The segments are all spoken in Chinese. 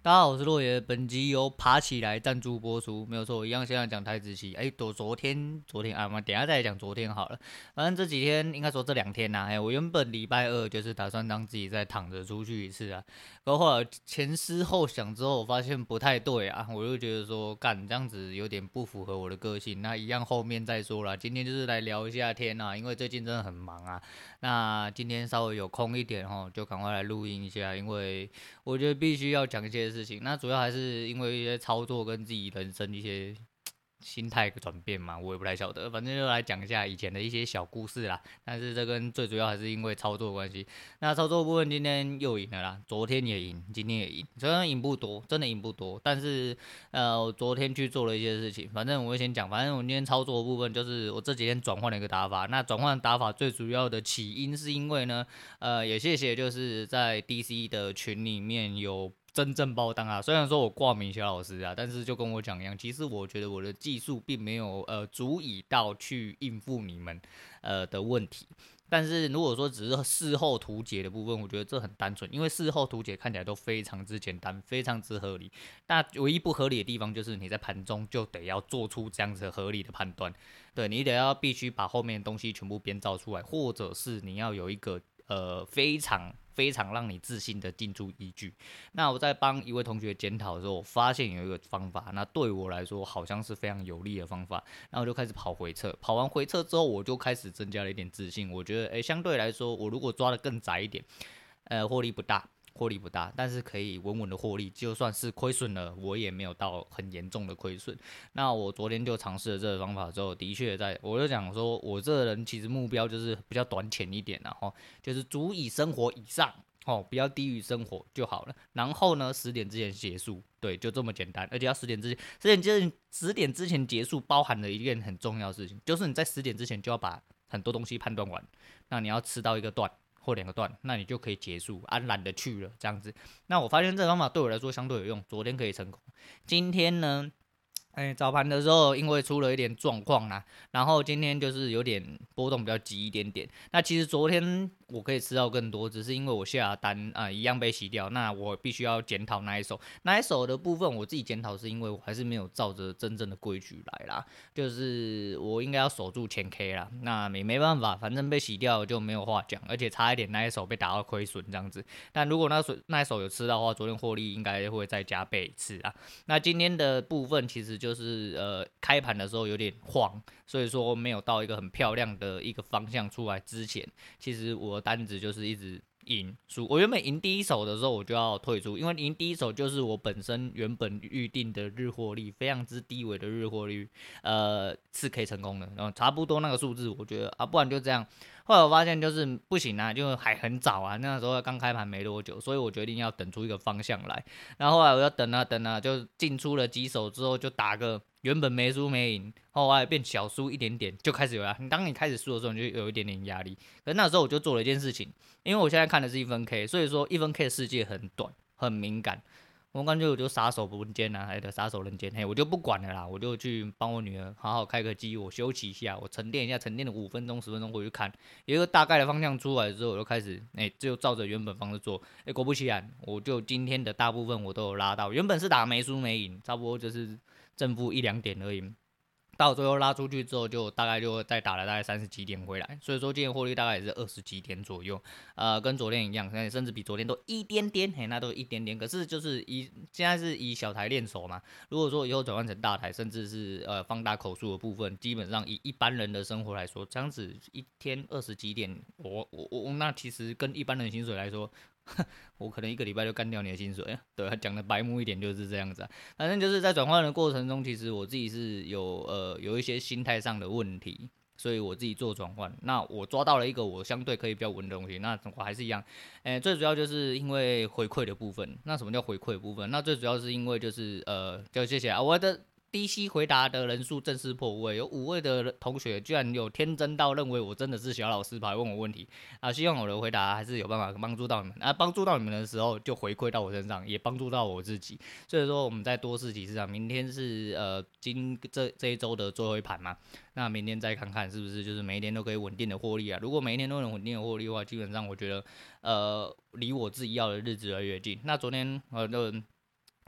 大家好，我是洛爷。本集由爬起来赞助播出，没有错，一样现在讲台子期。昨天啊，我们等一下再讲昨天好了。反正这几天应该说这2天呐、我原本礼拜二就是打算让自己再躺着出去一次啊，然后后来前思后想之后，我发现不太对啊，我就觉得说干这样子有点不符合我的个性。那一样后面再说啦，今天就是来聊一下天啊，因为最近真的很忙啊。那今天稍微有空一点哦，就赶快来录音一下，因为我觉得必须要讲一些事情。那主要还是因为一些操作跟自己人生一些心态转变嘛，我也不太晓得。反正就来讲一下以前的一些小故事啦。但是这跟最主要还是因为操作的关系。那操作部分今天又赢了啦，昨天也赢，今天也赢。虽然赢不多，真的赢不多，但是我昨天去做了一些事情。反正我会先讲，反正我今天操作的部分就是我这几天转换了一个打法。那转换打法最主要的起因是因为呢，也谢谢就是在 DC 的群里面有真正包单啊，虽然说我挂名小老师啊，但是就跟我讲一样，其实我觉得我的技术并没有足以到去应付你们的问题。但是如果说只是事后图解的部分，我觉得这很单纯，因为事后图解看起来都非常之简单，非常之合理。那唯一不合理的地方就是你在盘中就得要做出这样子合理的判断，对你得要必须把后面的东西全部编造出来，或者是你要有一个非常让你自信的进驻依据。那我在帮一位同学检讨的时候，我发现有一个方法，那对我来说好像是非常有利的方法。然后我就开始跑回撤，跑完回撤之后，我就开始增加了一点自信。我觉得，相对来说，我如果抓的更窄一点，获利不大。获利不大，但是可以稳稳的获利，就算是亏损了，我也没有到很严重的亏损。那我昨天就尝试了这个方法之后，的确我就讲说，我这个人其实目标就是比较短浅一点，然后就是足以生活以上。哦，不要低于生活就好了。然后呢，10点之前结束，对，就这么简单。而且要十点之前结束，包含了一件很重要的事情，就是你在10点之前就要把很多东西判断完。那你要吃到一个段或2个段，那你就可以结束，懒得去了这样子。那我发现这个方法对我来说相对有用，昨天可以成功。今天呢，早盘的时候因为出了一点状况啦，然后今天就是有点波动比较急一点点。那其实昨天我可以吃到更多，只是因为我下单一样被洗掉。那我必须要检讨那一手的部分，我自己检讨是因为我还是没有照着真正的规矩来啦，就是我应该要守住前 K 啦。那没办法，反正被洗掉就没有话讲，而且差一点那一手被打到亏损这样子。但如果那一手有吃到的话，昨天获利应该会再加倍一次啊。那今天的部分其实就是开盘的时候有点晃，所以说没有到一个很漂亮的一个方向出来之前，其实我的单子就是一直赢输。我原本赢第一手的时候我就要退出，因为赢第一手就是我本身原本预定的日获利非常之低微的日获利，是可以成功的，然后差不多那个数字，我觉得不然就这样。后来我发现就是不行啊，就还很早啊，那时候刚开盘没多久，所以我决定要等出一个方向来。然后后来我要等啊等啊，就进出了几手之后，就打个原本没输没赢，后来变小输一点点，就开始有压力。当你开始输的时候，你就有一点点压力。可是那时候我就做了一件事情，因为我现在看的是一分 K，所以说一分 K 的世界很短，很敏感。我感觉我就撒手不见啊，撒手人间，我就不管了啦，我就去帮我女儿好好开个机，我休息一下，我沉淀一下，沉淀了5分钟10分钟回去看，有一个大概的方向出来之后，我就开始就照着原本方式做，果不其然，我就今天的大部分我都有拉到，原本是打没输没赢，差不多就是正负1-2点而已。到最后拉出去之后，就大概就再打了大概30几点回来，所以说今天获利大概也是20几点左右，跟昨天一样，甚至比昨天多一点点，那都一点点。可是就是现在是以小台练手嘛，如果说以后转换成大台，甚至是放大口数的部分，基本上以一般人的生活来说，这样子一天20几点，我那其实跟一般人的薪水来说。我可能一个礼拜就干掉你的薪水，对，讲的白目一点就是这样子啊。反正就是在转换的过程中，其实我自己是有一些心态上的问题，所以我自己做转换。那我抓到了一个我相对可以比较稳的东西，那我还是一样，最主要就是因为回馈的部分。那什么叫回馈的部分？那最主要是因为就是就谢谢啊，我的。DC 回答的人数正式破5位，有5位的同学居然有天真到认为我真的是小老师，跑来问我问题啊！希望我的回答还是有办法帮助到你们啊！帮助到你们的时候，就回馈到我身上，也帮助到我自己。所以说，我们再多试几次啊！明天是这一周的最后一盘嘛，那明天再看看是不是就是每一天都可以稳定的获利啊？如果每一天都能稳定的获利的话，基本上我觉得离我自己要的日子越来越近。那昨天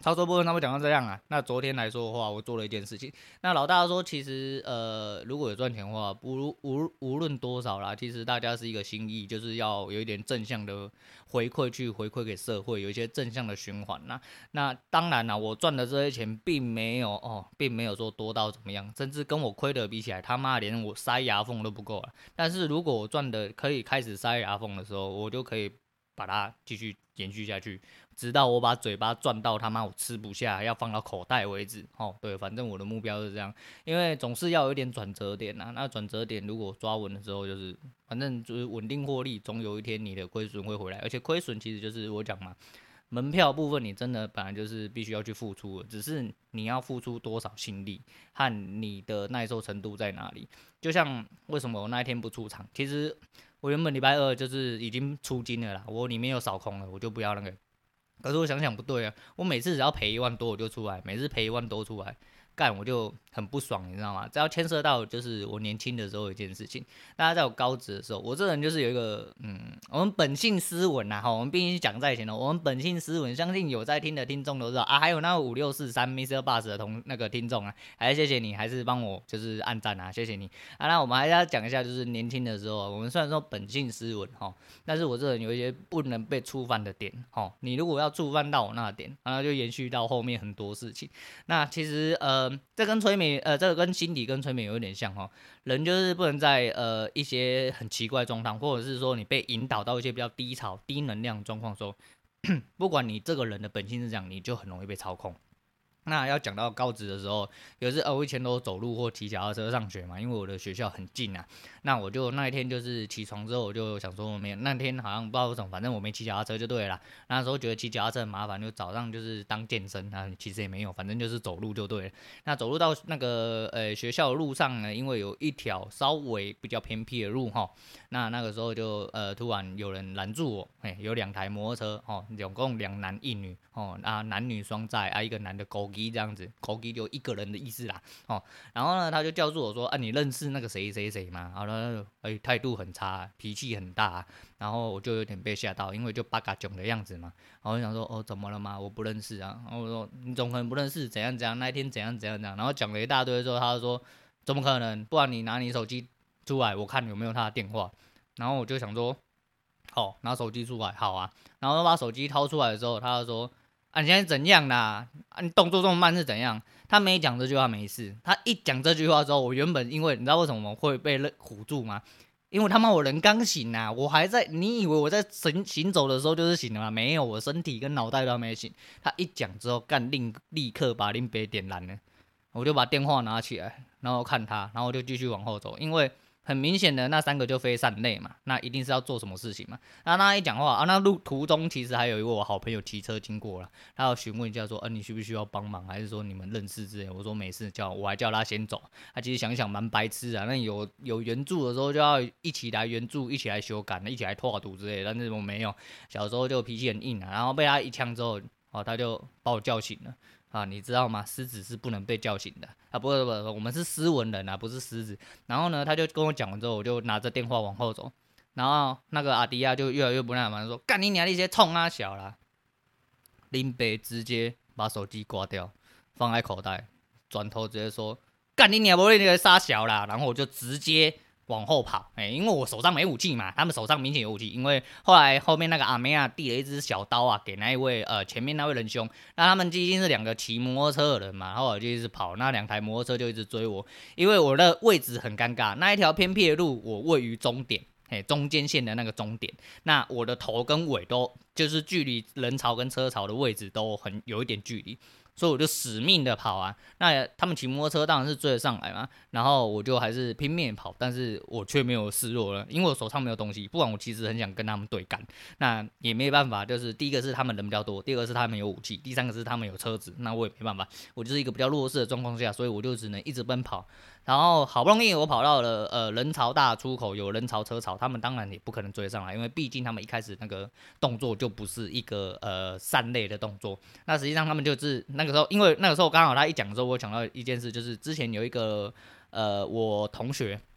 操作部分他们讲到这样啊，那昨天来说的话，我做了一件事情。那老大说，其实如果有赚钱的话，无论多少啦，其实大家是一个心意，就是要有一点正向的回馈去回馈给社会，有一些正向的循环。那当然啦，我赚的这些钱并没有说多到怎么样，甚至跟我亏的比起来，他妈连我塞牙缝都不够了。但是如果我赚的可以开始塞牙缝的时候，我就可以把它继续延续下去。直到我把嘴巴赚到他妈我吃不下，要放到口袋为止。对，反正我的目标是这样，因为总是要有一点转折点啊。那转折点如果抓稳的时候，就是反正就是稳定获利，总有一天你的亏损会回来。而且亏损其实就是我讲嘛，门票部分你真的本来就是必须要去付出的，只是你要付出多少心力和你的耐受程度在哪里。就像为什么我那一天不出场，其实我原本礼拜二就是已经出金了啦，我里面有扫空了，我就不要那个。可是我想想不对啊，我每次只要赔1万多我就出来，每次赔1万多出来，干我就很不爽，你知道吗？只要牵涉到就是我年轻的时候一件事情，大家在我高职的时候，我这人就是有一个我们本性斯文呐，我们毕竟讲在前的，我们本性斯文，相信有在听的听众都知道啊，还有那5643 Mr. Bus 的那个听众啊，还是谢谢你，还是帮我就是按赞啊，谢谢你啊。那我们还是要讲一下，就是年轻的时候，我们虽然说本性斯文但是我这人有一些不能被触犯的点你如果要触犯到我那点，那就延续到后面很多事情。那其实这跟催眠这个跟心理跟催眠有点像人就是不能在一些很奇怪的状态，或者是说你被引导到一些比较低潮、低能量的状况的时候，不管你这个人的本性是这样，你就很容易被操控。那要讲到高职的时候，有时我以前都走路或骑脚踏车上学嘛，因为我的学校很近啊。那我就那一天就是起床之后，我就想说没有，那天好像不知道为什么，反正我没骑脚踏车就对了啦。那时候觉得骑脚踏车很麻烦，就早上就是当健身啊，其实也没有，反正就是走路就对了。那走路到那个学校的路上呢，因为有一条稍微比较偏僻的路那个时候就突然有人拦住我，有2台摩托车总共2男1女男女双载一个男的狗机这样子，狗机就一个人的意思啦然后呢他就叫住我说你认识那个谁谁谁吗？然后他就态度很差，脾气很大然后我就有点被吓到，因为就八嘎囧的样子嘛。然后我想说怎么了吗？我不认识啊。然后我说你总可能不认识，怎样怎样，那一天怎样怎样怎样。然后讲了一大堆之后，他就说怎么可能？不然你拿你手机出来，我看有没有他的电话。然后我就想说拿手机出来，好啊。然后把手机掏出来的时候，他就说你现在怎样啦？你动作这么慢是怎样？他没讲这句话没事，他一讲这句话之后，我原本因为你知道为什么会被唬住吗？因为他妈我人刚醒啊，我还在，你以为我在行走的时候就是醒了吗？没有，我身体跟脑袋都还没醒。他一讲之后，立刻把林北点燃了，我就把电话拿起来，然后看他，然后我就继续往后走，因为很明显的那3个就非善类嘛，那一定是要做什么事情嘛。那他一讲话那途中其实还有一位我好朋友骑车经过了，他要询问一下说你需不需要帮忙，还是说你们认识之类。我说没事，我还叫他先走。他其实想想蛮白痴啊，那有援助的时候就要一起来援助，一起来修改，一起来拓毒之类的。但是我没有，小时候就脾气很硬然后被他一枪之后他就把我叫醒了。你知道吗？狮子是不能被叫醒的不，我们是斯文人不是狮子。然后呢，他就跟我讲完之后，我就拿着电话往后走。然后那个阿迪亚就越来越不耐烦说：“干你娘那些冲啊小啦！”林北直接把手机挂掉，放在口袋，转头直接说：“干你娘不会那个杀小啦！”然后我就直接往后跑，因为我手上没武器嘛，他们手上明显有武器。因为后面那个阿妹递了一只小刀给那一位前面那位仁兄，那他们毕竟是2个骑摩托车的人嘛，然后我就一直跑，那2台摩托车就一直追我，因为我的位置很尴尬，那一条偏僻的路我位于终点，中间线的那个终点，那我的头跟尾都就是距离人潮跟车潮的位置都有一点距离。所以我就死命的跑那他们骑摩托车当然是追得上来嘛，然后我就还是拼命跑，但是我却没有示弱了，因为我手上没有东西，不然我其实很想跟他们对干，那也没办法，就是第一个是他们人比较多，第二个是他们有武器，第三个是他们有车子，那我也没办法，我就是一个比较弱势的状况下，所以我就只能一直奔跑。然后好不容易我跑到了人潮大出口，有人潮车潮，他们当然也不可能追上来，因为毕竟他们一开始那个动作就不是一个善类的动作。那实际上他们就是那个时候，因为那个时候刚好他一讲的时候，我想到一件事，就是之前有一个我同学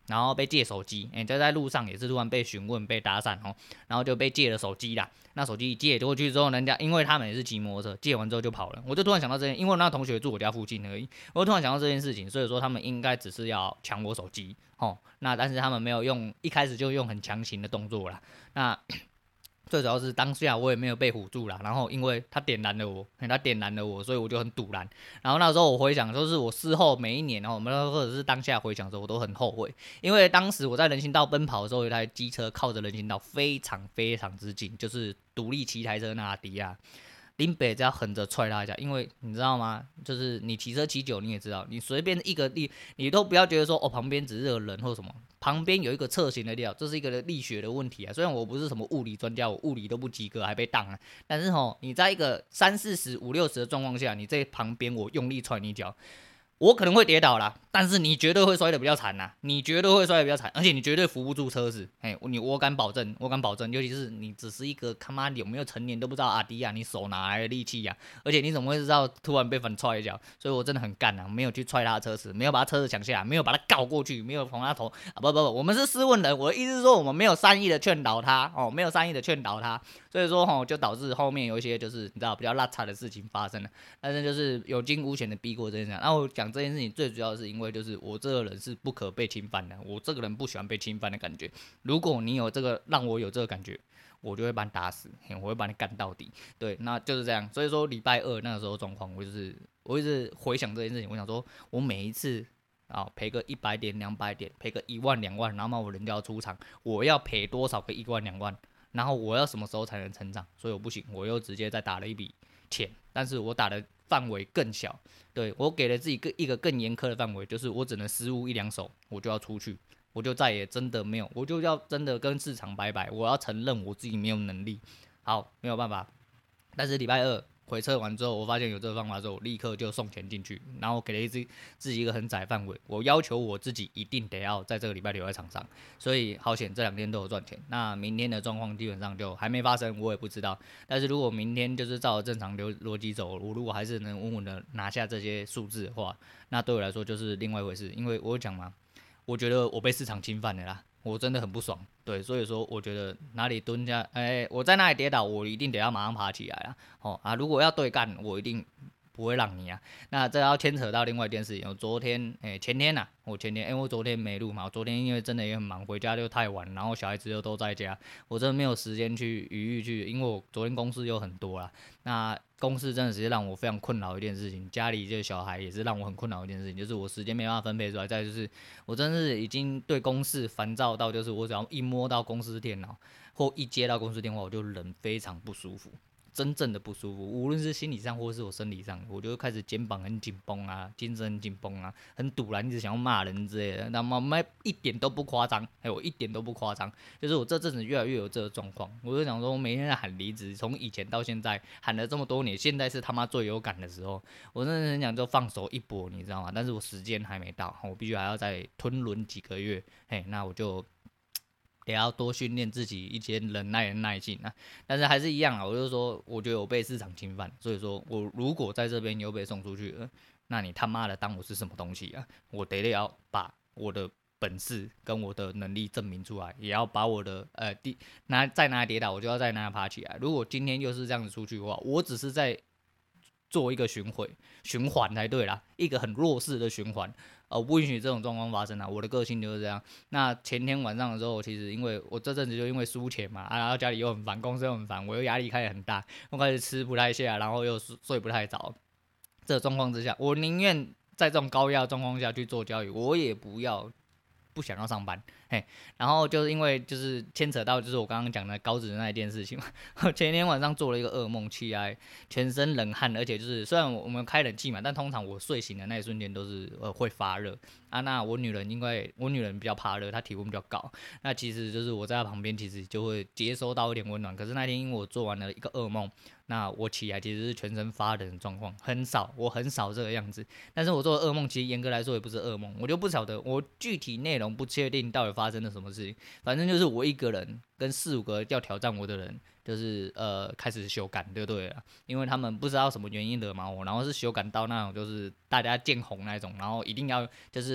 然后被借手机，就在路上也是突然被询问、被搭讪然后就被借了手机啦。那手机一借过去之后，人家因为他们也是骑摩托车，借完之后就跑了。我就突然想到这件，因为我那同学住我家附近而已，我就突然想到这件事情，所以说他们应该只是要抢我手机那但是他们没有用，一开始就用很强行的动作啦。那最主要是当下我也没有被唬住啦，然后因为他点燃了我，所以我就很堵然。然后那时候我回想，就是我事后每一年，然后我们或者是当下回想的时候，我都很后悔，因为当时我在人行道奔跑的时候，有一台机车靠着人行道非常非常之近，就是独立骑台车那迪亚。林北只要横着踹他一下，因为你知道吗？就是你骑车骑久，你也知道，你随便一个力，你都不要觉得说旁边只是有人或什么，旁边有一个侧倾的料，这是一个力学的问题啊。虽然我不是什么物理专家，我物理都不及格，还被当啊，但是你在一个30、40、50、60的状况下，你在旁边我用力踹你一脚，我可能会跌倒啦，但是你绝对会摔得比较惨呐，你绝对会摔得比较惨，而且你绝对扶不住车子，我敢保证，尤其是你只是一个他妈有没有成年都不知道阿迪亚，你手哪来的力气呀？而且你怎么会知道突然被反踹一脚？所以我真的很干啊，没有去踹他的车子，没有把他车子抢下来，没有把他告过去，没有从他头不，我们是斯文人，我的意思是说我们没有善意的劝导他没有善意的劝导他，所以说就导致后面有一些就是你知道比较邋遢的事情发生了，但是就是有惊无险的逼过这件事情。然后我讲这件事情最主要是因为就是我这个人是不可被侵犯的，我这个人不喜欢被侵犯的感觉。如果你有这个让我有这个感觉，我就会把你打死，我会把你干到底。对，那就是这样。所以说礼拜二那个时候状况，我一直回想这件事情，我想说我每一次赔个100点、200点，赔个1万、2万，然后我人就要出场，我要赔多少个1万、2万？然后我要什么时候才能成长？所以我不行，我又直接再打了一笔钱，但是我打的范围更小，对，我给了自己一个更严苛的范围，就是我只能失误1、2手，我就要出去，我就再也真的没有，我就要真的跟市场拜拜，我要承认我自己没有能力，好，没有办法。但是礼拜二回测完之后，我发现有这个方法之后，我立刻就送钱进去，然后给了自己一个很窄范围，我要求我自己一定得要在这个礼拜留在场上，所以好险这2天都有赚钱。那明天的状况基本上就还没发生，我也不知道。但是如果明天就是照正常逻辑走，我如果还是能稳稳的拿下这些数字的话，那对我来说就是另外一回事。因为我讲嘛，我觉得我被市场侵犯了啦，我真的很不爽。对，所以说我觉得哪里蹲下，我在哪里跌倒，我一定得要马上爬起来啊！如果要对干，我一定不会让你啊。那这要牵扯到另外一件事情，我昨天，前天呐，我昨天没录嘛，我昨天因为真的也很忙，回家就太晚，然后小孩子又都在家，我真的没有时间去余裕去，因为我昨天公司有很多啦，那公司真的是让我非常困扰一件事情，家里这个小孩也是让我很困扰一件事情，就是我时间没办法分配出来，再就是我真的是已经对公事烦躁到，就是我只要一摸到公司电脑或一接到公司电话，我就人非常不舒服。真正的不舒服，无论是心理上或是我生理上，我就会开始肩膀很紧绷啊，精神很紧绷啊，很堵然，一直想要骂人之类的。那么一点都不夸张，我一点都不夸张，就是我这阵子越来越有这个状况。我就想说，我每天在喊离职，从以前到现在喊了这么多年，现在是他妈最有感的时候。我真的很想就放手一搏，你知道吗？但是我时间还没到，我必须还要再吞轮几个月。那我就也要多训练自己一些忍耐的耐性啊，但是还是一样啊，我就说，我觉得我被市场侵犯，所以说我如果在这边又被送出去了，那你他妈的当我是什么东西啊？我得要把我的本事跟我的能力证明出来，也要把我的再拿跌倒，我就要再拿爬起来。如果今天又是这样子出去的话，我只是在做一个循环才对啦，一个很弱势的循环，不允许这种状况发生啊！我的个性就是这样。那前天晚上的时候，其实因为我这阵子就因为输钱嘛，然后家里又很烦，公司又很烦，我又压力开始很大，我开始吃不太下，然后又睡不太着。这个状况之下，我宁愿在这种高压状况下去做交易，我也不想要上班，然后就是因为就是牵扯到就是我刚刚讲的高脂的那一件事情嘛，前天晚上做了一个噩梦，起来全身冷汗，而且就是虽然我们开冷气嘛，但通常我睡醒的那一瞬间都是会发热啊。那我女人因为我女人比较怕热，她体温比较高，那其实就是我在她旁边其实就会接收到一点温暖。可是那天因为我做完了一个噩梦，那我起来其实是全身发冷的状况，我很少这个样子。但是我做的噩梦其实严格来说也不是噩梦，我就不晓得我具体内容不确定到底发生了什么事情，反正就是我一个人跟4、5个要挑战我的人，就是开始修改，对不对了？因为他们不知道什么原因惹毛我，然后是修改到那种就是大家见红那种，然后一定要就是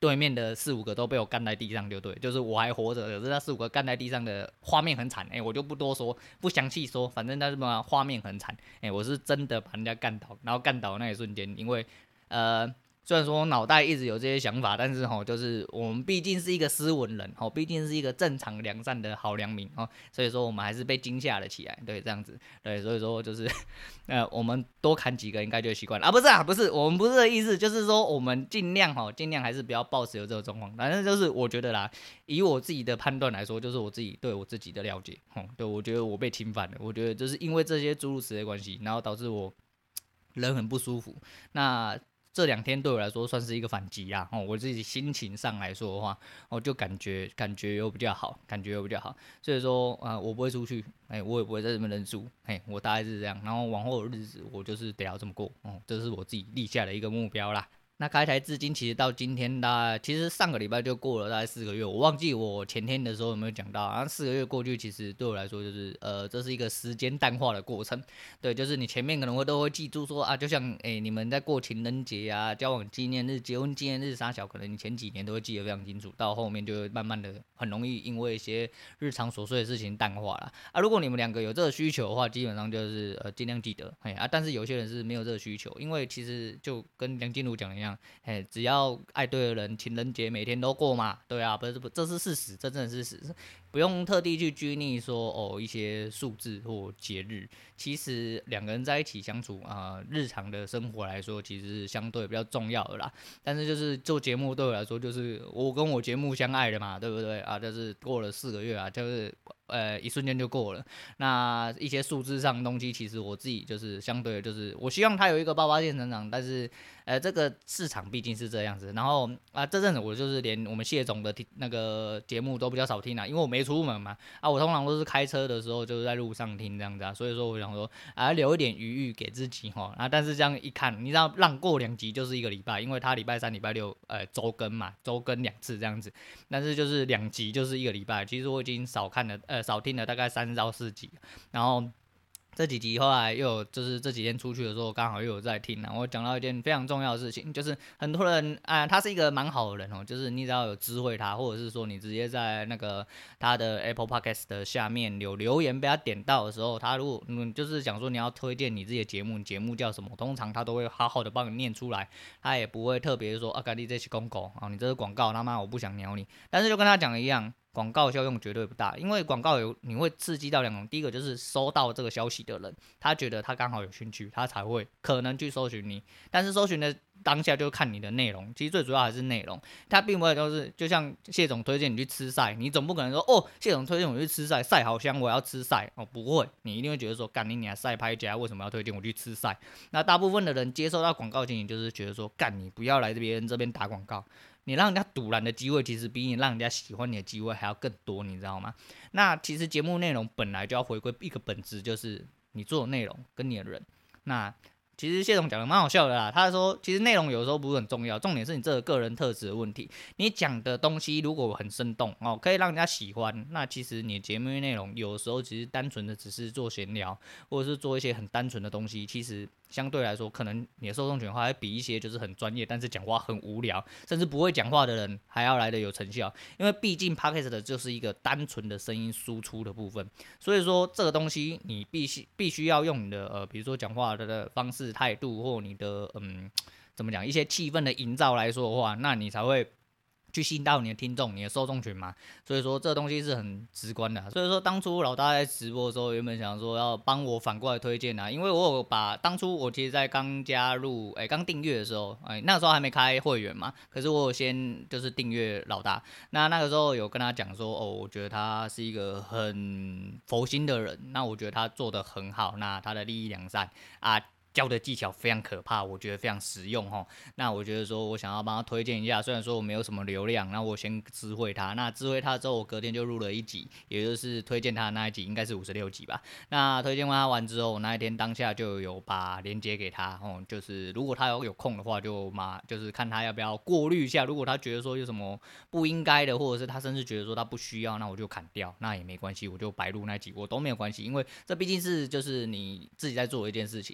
对面的4、5个都被我干在地上，就对，就是我还活着，可是那4、5个干在地上的画面很惨，我就不多说，不详细说，反正那什么画面很惨，我是真的把人家干倒，然后干倒那一瞬间，因为虽然说我脑袋一直有这些想法，但是就是我们毕竟是一个斯文人，毕竟是一个正常良善的好良民所以说我们还是被惊吓了起来，对，这样子，对，所以说就是我们多砍几个应该就习惯了啊，不是，我们不是这意思，就是说我们尽量还是不要抱持有这个状况，反正就是我觉得啦，以我自己的判断来说，就是我自己对我自己的了解，对，我觉得我被侵犯了，我觉得就是因为这些诸如此类的关系，然后导致我人很不舒服，那这2天对我来说算是一个反击啦，我自己心情上来说的话，我就感觉有比较好，所以说我不会出去，我也不会在这边认输，我大概是这样，然后往后的日子我就是得要这么过，这是我自己立下的一个目标啦。那开台至今，其实到今天其实上个礼拜就过了大概4个月，我忘记我前天的时候有没有讲到啊。4个月过去，其实对我来说就是这是一个时间淡化的过程。对，就是你前面可能都会记住说啊，就像你们在过情人节啊、交往纪念日、结婚纪念日啥小，可能你前几年都会记得非常清楚，到后面就会慢慢的很容易因为一些日常琐碎的事情淡化了啊。如果你们2个有这个需求的话，基本上就是尽量记得但是有些人是没有这个需求，因为其实就跟梁静茹讲的一样。只要爱对的人，情人节每天都过嘛，对啊，这是事实，这真的是事实，不用特地去拘泥说一些数字或节日，其实2个人在一起相处日常的生活来说，其实是相对比较重要的啦。但是就是做节目对我来说，就是我跟我节目相爱的嘛，对不对啊？就是过了4个月啊，就是一瞬间就过了。那一些数字上的东西，其实我自己就是相对的，就是我希望它有一个爆发性成长，但是这个市场毕竟是这样子。然后这阵子我就是连我们谢总的那个节目都比较少听因为我没出门嘛我通常都是开车的时候就是在路上听这样子所以说我想说留一点余裕给自己但是这样一看，你知道让过2集就是1个礼拜，因为他礼拜3、礼拜6周更嘛，周更2次这样子，但是就是2集就是1个礼拜，其实我已经少听了大概3到4集，然后这几集后来又有，就是这几天出去的时候，刚好又有在听我讲到一件非常重要的事情，就是很多人他是一个蛮好的人就是你只要有知会他，或者是说你直接在那个他的 Apple Podcast 的下面有留言被他点到的时候，他如果就是讲说你要推荐你自己的节目，你节目叫什么，通常他都会好好的帮你念出来，他也不会特别说咖喱这是公告你这是广告，他妈我不想鸟你，但是就跟他讲的一样。广告效用绝对不大，因为广告你会刺激到2种，第一个就是收到这个消息的人，他觉得他刚好有兴趣，他才会可能去搜寻你，但是搜寻的当下就看你的内容，其实最主要还是内容，他并不会就是就像谢总推荐你去吃菜，你总不可能说谢总推荐我去吃菜，菜好香我要吃菜不会，你一定会觉得说干你娘菜拍家为什么要推荐我去吃菜？那大部分的人接收到广告经营就是觉得说干你不要来别人这边打广告。你让人家堵拦的机会，其实比你让人家喜欢你的机会还要更多，你知道吗？那其实节目内容本来就要回归一个本质，就是你做的内容跟你的人。那其实谢总讲的蛮好笑的啦，他说其实内容有时候不是很重要，重点是你这个个人特质的问题。你讲的东西如果很生动可以让人家喜欢，那其实你的节目内容有时候其实单纯的只是做闲聊，或者是做一些很单纯的东西，其实相对来说，可能你的受众群的话，会比一些就是很专业，但是讲话很无聊，甚至不会讲话的人还要来的有成效。因为毕竟 Podcast 的就是一个单纯的声音输出的部分，所以说这个东西你必须要用你的比如说讲话的方式、态度，或你的怎么讲一些气氛的营造来说的话，那你才会去吸引到你的听众、你的受众群嘛，所以说这东西是很直观的。所以说当初老大在直播的时候，原本想说要帮我反过来推荐因为我有把当初我其实在刚加入刚订阅的时候那个时候还没开会员嘛，可是我有先就是订阅老大，那个时候有跟他讲说我觉得他是一个很佛心的人，那我觉得他做得很好，那他的利益良善教的技巧非常可怕，我觉得非常实用那我觉得说我想要帮他推荐一下，虽然说我没有什么流量，那我先知会他。那知会他之后，我隔天就录了1集，也就是推荐他的那一集，应该是56集吧。那推荐他完之后，那一天当下就有把链接给他就是如果他有空的话就是看他要不要过滤一下。如果他觉得说有什么不应该的，或者是他甚至觉得说他不需要，那我就砍掉，那也没关系，我就白录那集我都没有关系，因为这毕竟是就是你自己在做的一件事情。那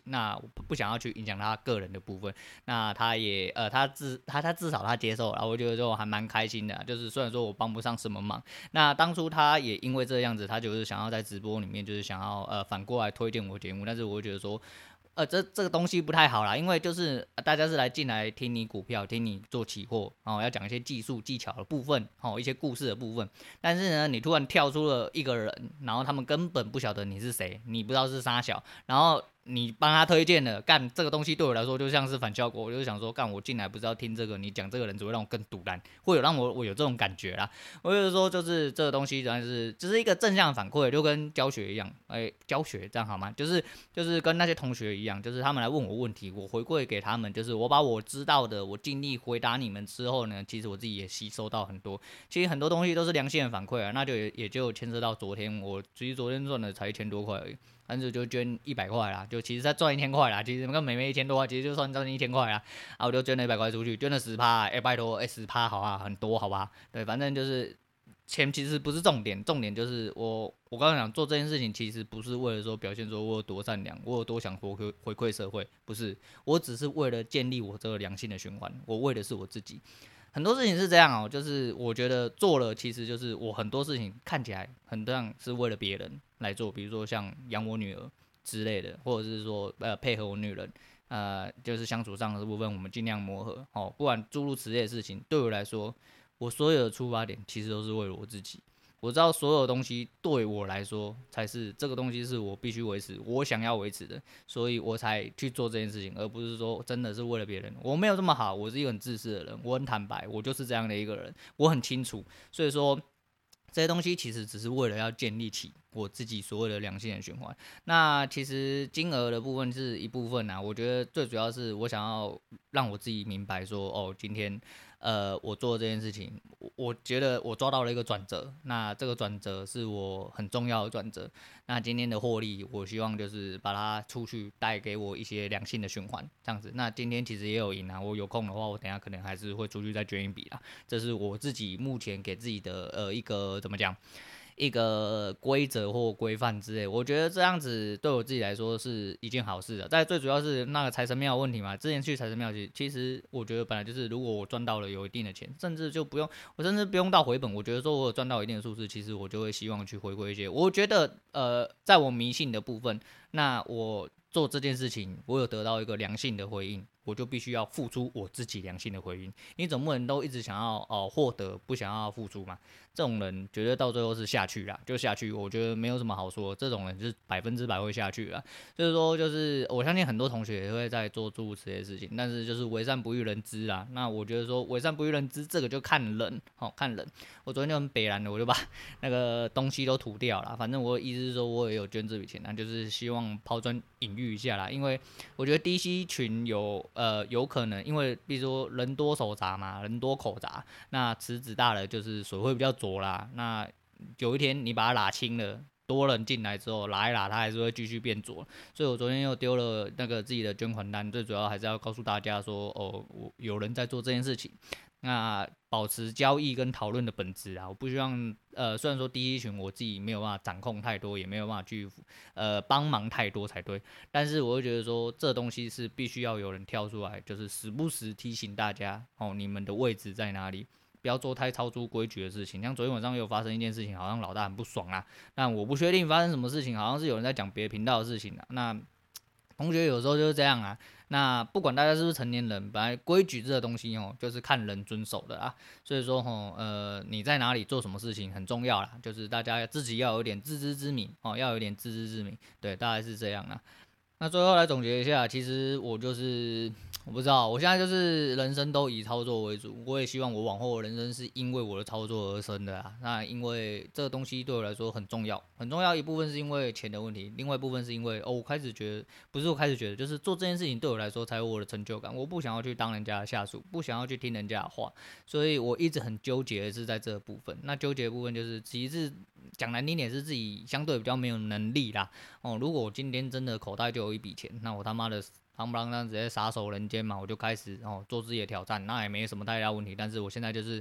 我不想要去影响他个人的部分。那他也他至少他接受了，我觉得就还蛮开心的啊，就是虽然说我帮不上什么忙，那当初他也因为这样子，他就是想要在直播里面就是想要反过来推荐我节目，但是我觉得说。这个东西不太好啦，因为就是大家是来进来听你股票，听你做期货，哦，要讲一些技术技巧的部分，哦，一些故事的部分。但是呢，你突然跳出了一个人，然后他们根本不晓得你是谁，你不知道是啥小，然后你帮他推荐了，干这个东西对我来说就像是反效果，我就想说，干我进来不是要听这个，你讲这个人只会让我更堵烂，会有让我有这种感觉啦。我就是说，就是这个东西，主要是只是一个正向反馈，就跟教学一样，教学这样好吗？就是跟那些同学一样，就是他们来问我问题，我回馈给他们，就是我把我知道的，我尽力回答你们之后呢，其实我自己也吸收到很多，其实很多东西都是良性的反馈啊，那就也就牵涉到昨天，其实昨天赚的才1000多块而已。但是就捐100块啦，就其实才赚1000块啦，其实跟每1000多块，其实就算赚1000块啦，啊我就捐了100块出去，捐了10%，拜托10%好啊，很多好吧，对，反正就是钱其实不是重点，重点就是我刚刚讲做这件事情，其实不是为了说表现说我有多善良，我有多想回馈社会，不是，我只是为了建立我这个良性的循环，我为的是我自己。很多事情是这样哦，就是我觉得做了，其实就是我很多事情看起来很像是为了别人来做，比如说像养我女儿之类的，或者是说配合我女人，就是相处上的部分我们尽量磨合，哦，不管诸如此类的事情，对我来说，我所有的出发点其实都是为了我自己。我知道所有东西对我来说才是这个东西是我必须维持，我想要维持的，所以我才去做这件事情，而不是说真的是为了别人。我没有这么好，我是一个很自私的人，我很坦白，我就是这样的一个人，我很清楚。所以说这些东西其实只是为了要建立起我自己所谓的良性的循环。那其实金额的部分是一部分啊，我觉得最主要是我想要让我自己明白说，哦，今天我做这件事情，我觉得我抓到了一个转折，那这个转折是我很重要的转折。那今天的获利，我希望就是把它出去带给我一些良性的循环，这样子。那今天其实也有赢啊，我有空的话，我等一下可能还是会出去再捐一笔啦。这是我自己目前给自己的一个怎么讲？一个规则或规范之类，我觉得这样子对我自己来说是一件好事的。再最主要是那个财神庙的问题嘛，之前去财神庙其实我觉得本来就是如果我赚到了有一定的钱，甚至就不用我甚至不用到回本，我觉得说我有赚到一定的数字，其实我就会希望去回归一些。我觉得在我迷信的部分，那我做这件事情，我有得到一个良性的回应，我就必须要付出我自己良性的回应。你总不能都一直想要获得，不想要付出嘛？这种人绝对到最后是下去啦，就下去。我觉得没有什么好说，这种人就是100%会下去啦。就是说，就是我相信很多同学也会在做诸如此类的事情，但是就是为善不欲人知啦。那我觉得说为善不欲人知，这个就看人，看人。我昨天就很北蓝的，我就把那个东西都涂掉了。反正我的意思是说，我也有捐这笔钱，那就是希望抛砖引玉一下啦。因为我觉得 DC 群有可能，因为比如说人多手杂嘛，人多口杂，那池子大了就是水会比较浊啦。那有一天你把它拉清了。多人进来之后拉一拉，它还是会继续变浊，所以我昨天又丢了那个自己的捐款单，最主要还是要告诉大家说，哦，我有人在做这件事情，那保持交易跟讨论的本质啊，我不希望虽然说第一群我自己没有办法掌控太多，也没有办法去帮忙太多才对，但是我会觉得说这东西是必须要有人跳出来，就是时不时提醒大家哦，你们的位置在哪里。不要做太超出规矩的事情，像昨天晚上又发生一件事情，好像老大很不爽啊。但我不确定发生什么事情，好像是有人在讲别的频道的事情啊。那同学有时候就是这样啊。那不管大家是不是成年人，本来规矩这个东西哦，就是看人遵守的啊。所以说你在哪里做什么事情很重要啦，就是大家自己要有点自知之明哦，要有点自知之明，对，大概是这样啦。那最后来总结一下，其实我就是我不知道，我现在就是人生都以操作为主，我也希望我往后的人生是因为我的操作而生的啊。那因为这个东西对我来说很重要，很重要一部分是因为钱的问题，另外一部分是因为我开始觉得，不是我开始觉得，就是做这件事情对我来说才有我的成就感。我不想要去当人家的下属，不想要去听人家的话，所以我一直很纠结的是在这个部分。那纠结的部分就是，其实讲难听点是自己相对比较没有能力啦。如果我今天真的口袋就有一笔钱，那我他妈的当不当直接撒手人间嘛，我就开始做自己的挑战，那也没什么太大问题。但是我现在就是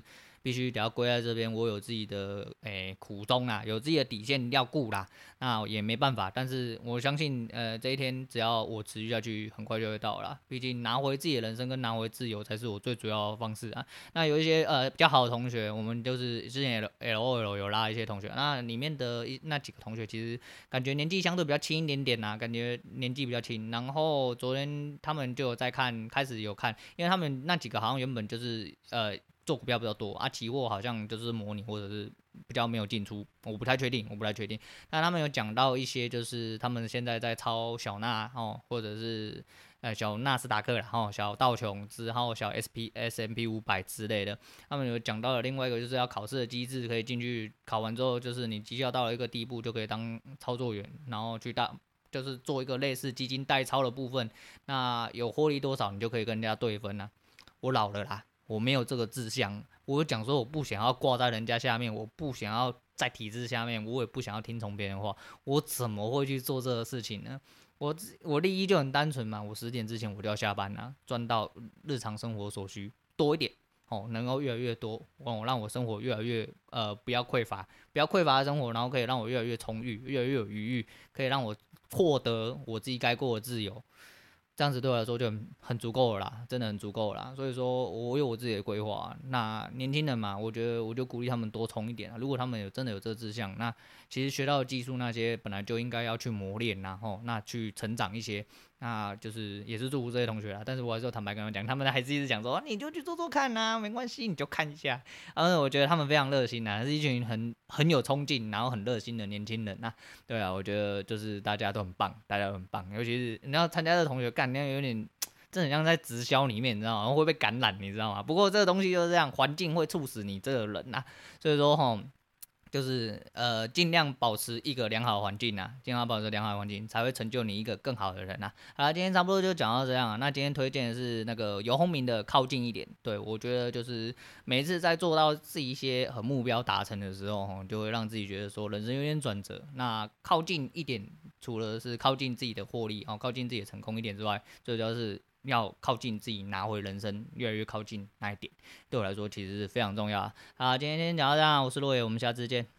必须得要归在这边，我有自己的苦衷啦，有自己的底线要顾啦，那也没办法。但是我相信，这一天只要我持续下去，很快就会到啦。毕竟拿回自己的人生跟拿回自由才是我最主要的方式啊。那有一些比较好的同学，我们就是之前 LOL 有拉一些同学，那里面的那几个同学其实感觉年纪相对比较轻一点点呐，感觉年纪比较轻。然后昨天他们就有在看，开始有看，因为他们那几个好像原本就是做股票比较多啊，期货好像就是模拟或者是比较没有进出，我不太确定。但他们有讲到一些，就是他们现在在抄小纳哦，或者是小纳斯达克啦，小道琼斯，然后小 S&P 500之类的。他们有讲到了另外一个就是要考试的机制，可以进去考完之后，就是你绩效到了一个地步，就可以当操作员，然后去就是做一个类似基金代操的部分。那有获利多少，你就可以跟人家对分啦。我老了啦，我没有这个志向。我讲说我不想要挂在人家下面，我不想要在体制下面，我也不想要听从别人话，我怎么会去做这个事情呢？我利益就很单纯嘛，我10点之前我就要下班啦，赚到日常生活所需多一点哦，能够越来越多，让我生活越来越不要匮乏，不要匮乏的生活，然后可以让我越来越充裕，越来越有余裕，可以让我获得我自己该过的自由。这样子对我来说就很足够了啦，真的很足够了啦。所以说我有我自己的规划，那年轻人嘛，我觉得我就鼓励他们多冲一点啊。如果他们真的有这个志向，那其实学到的技术那些本来就应该要去磨练，然后那去成长一些。那就是也是祝福这些同学啦，但是我还是要坦白跟他们讲，他们还是一直讲说，你就去做做看呐，没关系，你就看一下。我觉得他们非常热心呐，是一群很有冲劲，然后很热心的年轻人呐。对啊，我觉得就是大家都很棒，大家都很棒，尤其是你要参加的同学干，那有点真的很像在直销里面，你知道吗？然后会被感染，你知道吗？不过这个东西就是这样，环境会促使你这个人呐，所以说吼。就是尽量保持一个良好的环境啊，尽量保持良好的环境，才会成就你一个更好的人啊。好了，今天差不多就讲到这样啊。那今天推荐的是那个游鸿明的靠近一点，对我觉得就是每一次在做到自己一些目标达成的时候，就会让自己觉得说人生有点转折。那靠近一点，除了是靠近自己的获利靠近自己的成功一点之外，最主要是要靠近自己拿回人生越来越靠近那一点，对我来说其实是非常重要啊。好，今天先讲到这样，我是洛野，我们下次见。